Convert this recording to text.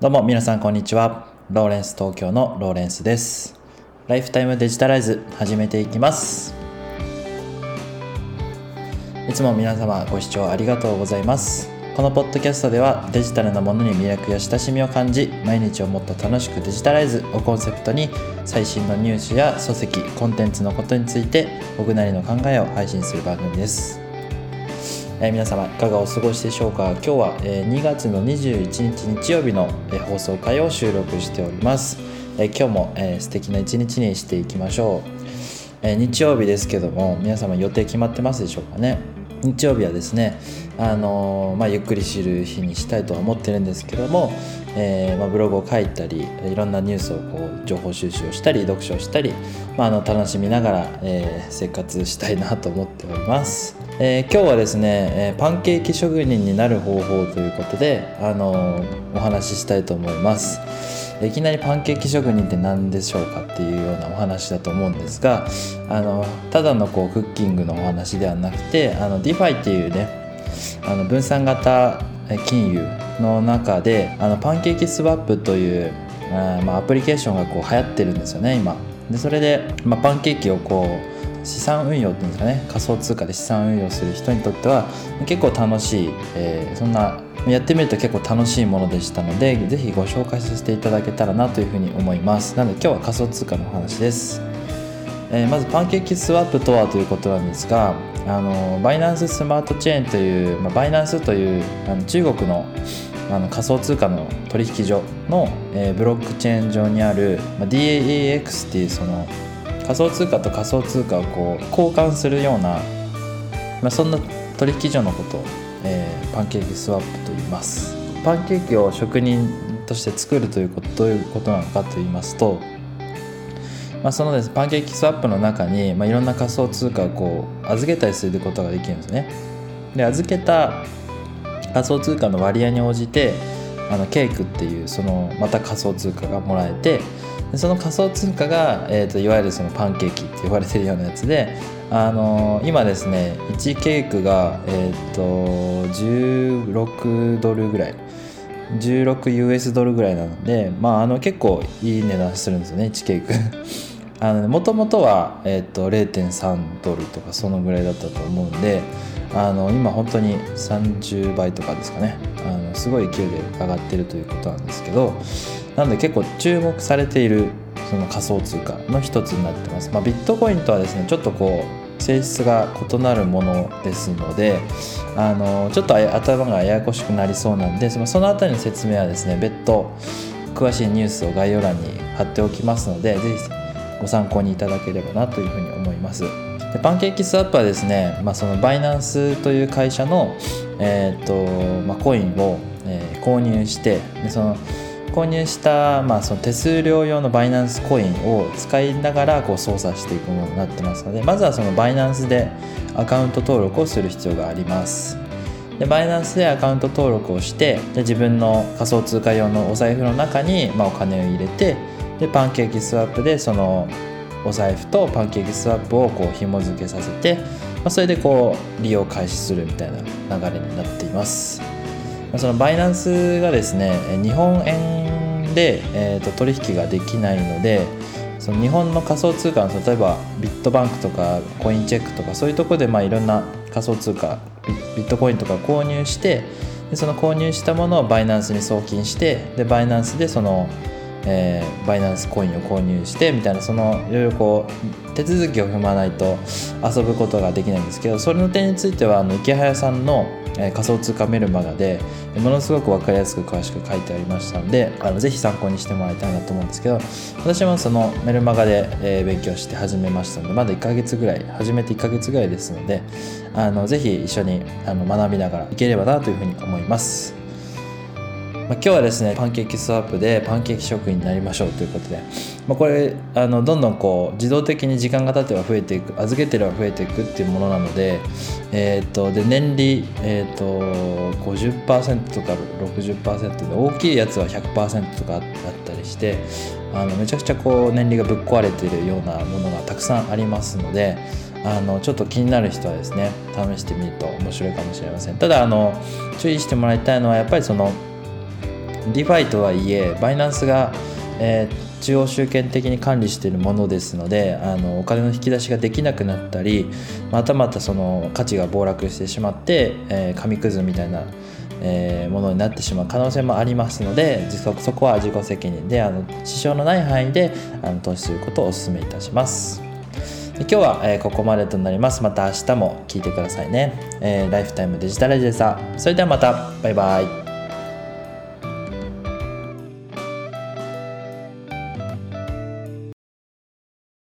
どうも皆さんこんにちは。ローレンス東京のローレンスです。ライフタイムデジタライズ始めていきます。いつも皆様ご視聴ありがとうございます。このポッドキャストではデジタルなものに魅力や親しみを感じ、毎日をもっと楽しくデジタライズをコンセプトに最新のニュースや書籍、コンテンツのことについて僕なりの考えを配信する番組です。皆様いかがお過ごしでしょうか。今日は2月の21日日曜日の放送回を収録しております。今日も素敵な一日にしていきましょう。日曜日ですけども、皆様予定決まってますでしょうかね。日曜日はですね、ゆっくり知る日にしたいとは思ってるんですけども、ブログを書いたりいろんなニュースを情報収集をしたり読書をしたり、楽しみながら、生活したいなと思っております。今日はですね、パンケーキ職人になる方法ということで、お話ししたいと思います。いきなりパンケーキ職人って何でしょうかっていうようなお話だと思うんですが、ただのクッキングのお話ではなくて、DeFi っていうね、分散型金融の中でパンケーキスワップというアプリケーションが流行ってるんですよね今で。それで、パンケーキを資産運用っていうんですかね、仮想通貨で資産運用する人にとっては結構楽しい、そんなやってみると結構楽しいものでしたので、ぜひご紹介させていただけたらなというふうに思います。なので今日は仮想通貨のお話です。まずパンケーキスワップとはということなんですが、バイナンススマートチェーンという、バイナンスという中国の仮想通貨の取引所の、ブロックチェーン上にある、DAEX っていうその仮想通貨と仮想通貨を交換するような、そんな取引所のことを、パンケーキスワップと言います。パンケーキを職人として作るということどういうことなのかと言いますと、そのですパンケーキスワップの中に、いろんな仮想通貨を預けたりすることができるんですね。で、預けた仮想通貨の割合に応じてケークっていうそのまた仮想通貨がもらえて、でその仮想通貨が、いわゆるそのパンケーキって呼ばれてるようなやつで、今ですね1ケークが、16ドルぐらい16US ドルぐらいなので、結構いい値段するんですよね1ケークもともとは、0.3 ドルとかそのぐらいだったと思うんで、今本当に30倍とかですかね、すごい勢いで上がってるということなんですけど、なので結構注目されているその仮想通貨の一つになってます。ビットコインとはですねちょっと性質が異なるものですので、ちょっと頭がややこしくなりそうなんで、そのあたりの説明はですね別途詳しいニュースを概要欄に貼っておきますので、ぜひご参考にいただければなというふうに思います。でパンケーキスワップはですね、そのバイナンスという会社の、コインを、購入して、でその購入した、その手数料用のバイナンスコインを使いながら操作していくものになってますので、まずはそのバイナンスでアカウント登録をする必要があります。でバイナンスでアカウント登録をして、で自分の仮想通貨用のお財布の中に、お金を入れて、でパンケーキスワップでそのお財布とパンケーキスワップを紐付けさせて、それで利用開始するみたいな流れになっています。そのバイナンスがですね日本円で、取引ができないので、その日本の仮想通貨の例えばビットバンクとかコインチェックとかそういうところでいろんな仮想通貨ビットコインとか購入して、でその購入したものをバイナンスに送金して、でバイナンスでそのバイナンスコインを購入してみたいな、そのいろいろ手続きを踏まないと遊ぶことができないんですけど、それの点については池早さんの仮想通貨メルマガでものすごく分かりやすく詳しく書いてありましたので、ぜひ参考にしてもらいたいなと思うんですけど、私もそのメルマガで、勉強して始めましたので、まだ1ヶ月ぐらい始めて1ヶ月ぐらいですので、ぜひ一緒に学びながらいければなというふうに思います。今日はですねパンケーキスワップでパンケーキ職人になりましょうということで、これどんどん自動的に時間が経てば増えていく、預けてれば増えていくっていうものなので、で年利、50% とか 60% で、大きいやつは 100% とかあったりして、めちゃくちゃ年利がぶっ壊れているようなものがたくさんありますので、ちょっと気になる人はですね試してみると面白いかもしれません。ただ注意してもらいたいのはやっぱりその DeFi とはいえバイナンスが、中央集権的に管理しているものですので、お金の引き出しができなくなったり、またその価値が暴落してしまって、紙くずみたいな、ものになってしまう可能性もありますので、そこは自己責任で支障のない範囲で投資することをお勧めいたします。で今日は、ここまでとなります。また明日も聞いてくださいね。ライフタイムデジタルでした。それではまた。バイバイ。